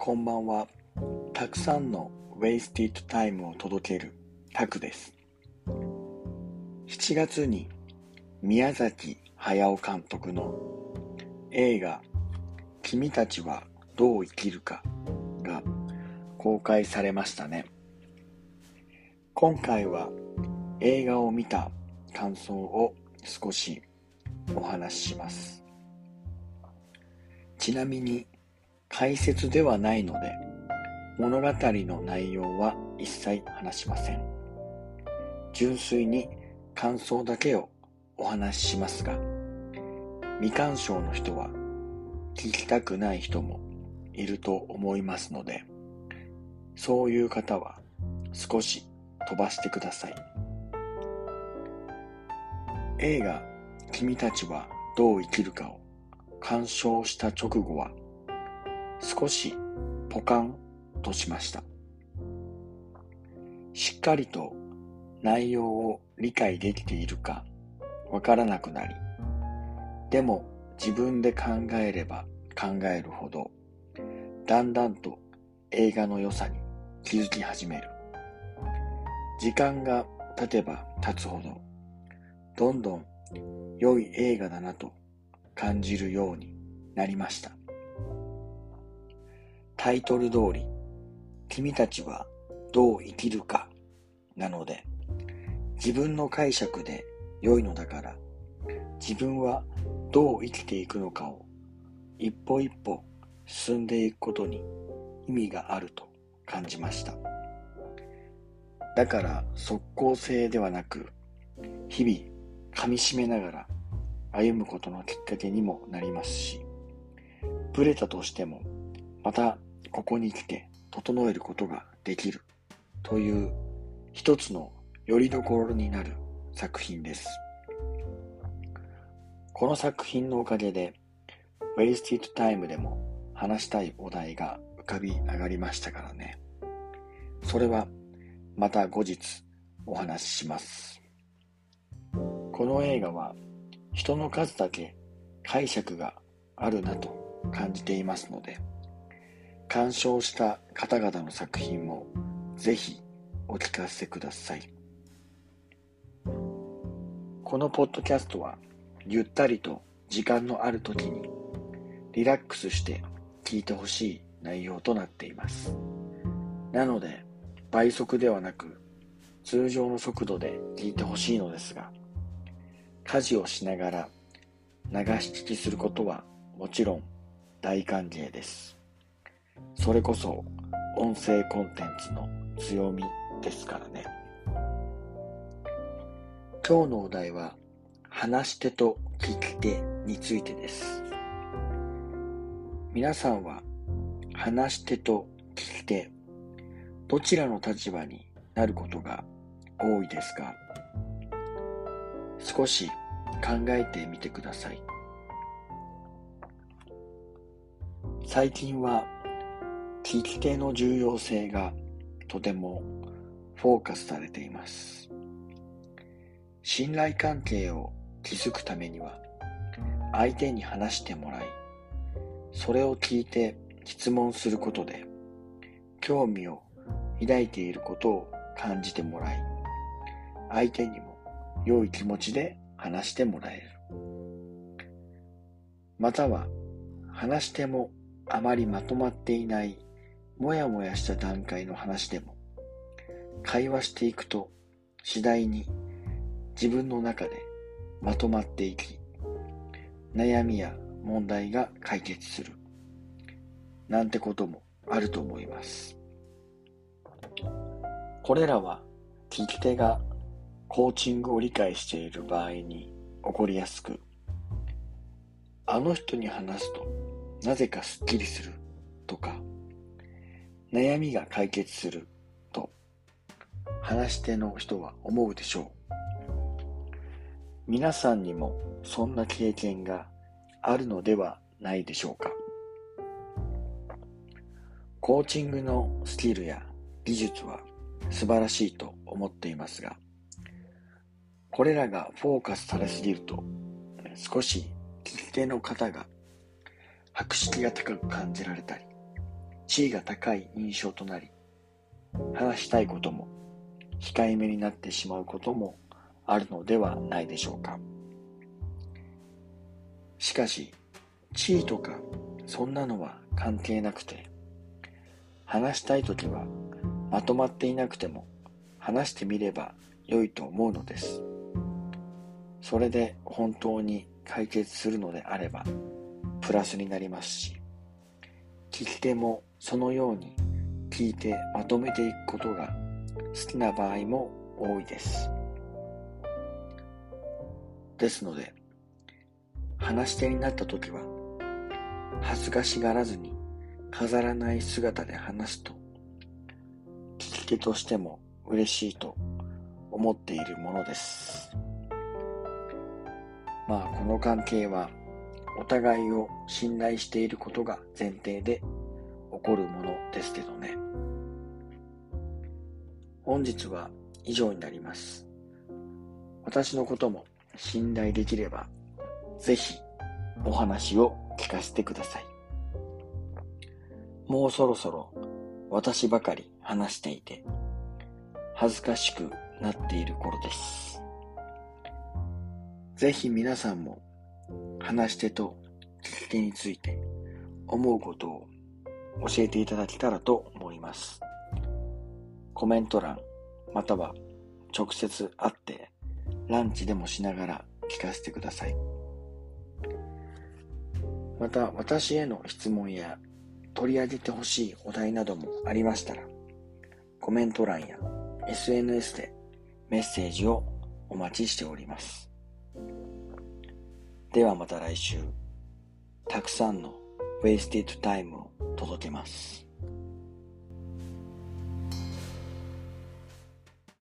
こんばんは。たくさんのウェイスティッドタイムを届けるタクです。7月に宮崎駿監督の映画君たちはどう生きるかが公開されましたね。今回は映画を見た感想を少しお話しします。ちなみに解説ではないので物語の内容は一切話しません。純粋に感想だけをお話ししますが、未鑑賞の人は聞きたくない人もいると思いますので、そういう方は少し飛ばしてください。映画君たちはどう生きるかを鑑賞した直後は少しポカンとしました。しっかりと内容を理解できているかわからなくなり、でも自分で考えれば考えるほどだんだんと映画の良さに気づき始める。時間が経てば経つほどどんどん良い映画だなと感じるようになりました。タイトル通り君たちはどう生きるかなので、自分の解釈で良いのだから、自分はどう生きていくのかを一歩一歩進んでいくことに意味があると感じました。だから即効性ではなく、日々噛み締めながら歩むことのきっかけにもなりますし、ブレたとしてもまたここに来て整えることができるという一つの拠り所になる作品です。この作品のおかげでウェイスティッドタイムでも話したいお題が浮かび上がりましたからね。それはまた後日お話しします。この映画は人の数だけ解釈があるなと感じていますので、鑑賞した方々の作品もぜひお聞かせください。このポッドキャストはゆったりと時間のある時にリラックスして聞いてほしい内容となっています。なので倍速ではなく通常の速度で聞いてほしいのですが、家事をしながら流し聞きすることはもちろん大歓迎です。それこそ音声コンテンツの強みですからね。今日のお題は話し手と聞き手についてです。皆さんは話し手と聞き手どちらの立場になることが多いですか？少し考えてみてください。最近は聞き手の重要性がとてもフォーカスされています。信頼関係を築くためには相手に話してもらい、それを聞いて質問することで興味を抱いていることを感じてもらい、相手にも良い気持ちで話してもらえる。または話してもあまりまとまっていないもやもやした段階の話でも会話していくと次第に自分の中でまとまっていき、悩みや問題が解決するなんてこともあると思います。これらは聞き手がコーチングを理解している場合に起こりやすく、あの人に話すとなぜかスッキリするとか、悩みが解決すると話し手の人は思うでしょう。皆さんにもそんな経験があるのではないでしょうか。コーチングのスキルや技術は素晴らしいと思っていますが、これらがフォーカスされすぎると少し聞き手の方が博識が高く感じられたり、 地位が高い印象となり、話したいことも控えめになってしまうこともあるのではないでしょうか。しかし、地位とかそんなのは関係なくて、話したいときはまとまっていなくても話してみれば良いと思うのです。それで本当に解決するのであればプラスになりますし、聞き手もそのように聞いてまとめていくことが好きな場合も多いです。ですので、話し手になったときは恥ずかしがらずに飾らない姿で話すと、聞き手としても嬉しいと思っているものです。この関係はお互いを信頼していることが前提で起こるものですけどね。本日は以上になります。私のことも信頼できれば、ぜひお話を聞かせてください。もうそろそろ私ばかり話していて、恥ずかしくなっている頃です。ぜひ皆さんも話し手と聞き手について思うことを教えていただけたらと思います。コメント欄または直接会ってランチでもしながら聞かせてください。また私への質問や取り上げてほしいお題などもありましたら、コメント欄や SNS でメッセージをお待ちしております。ではまた来週、たくさんのウェイスティッドタイムを届けます。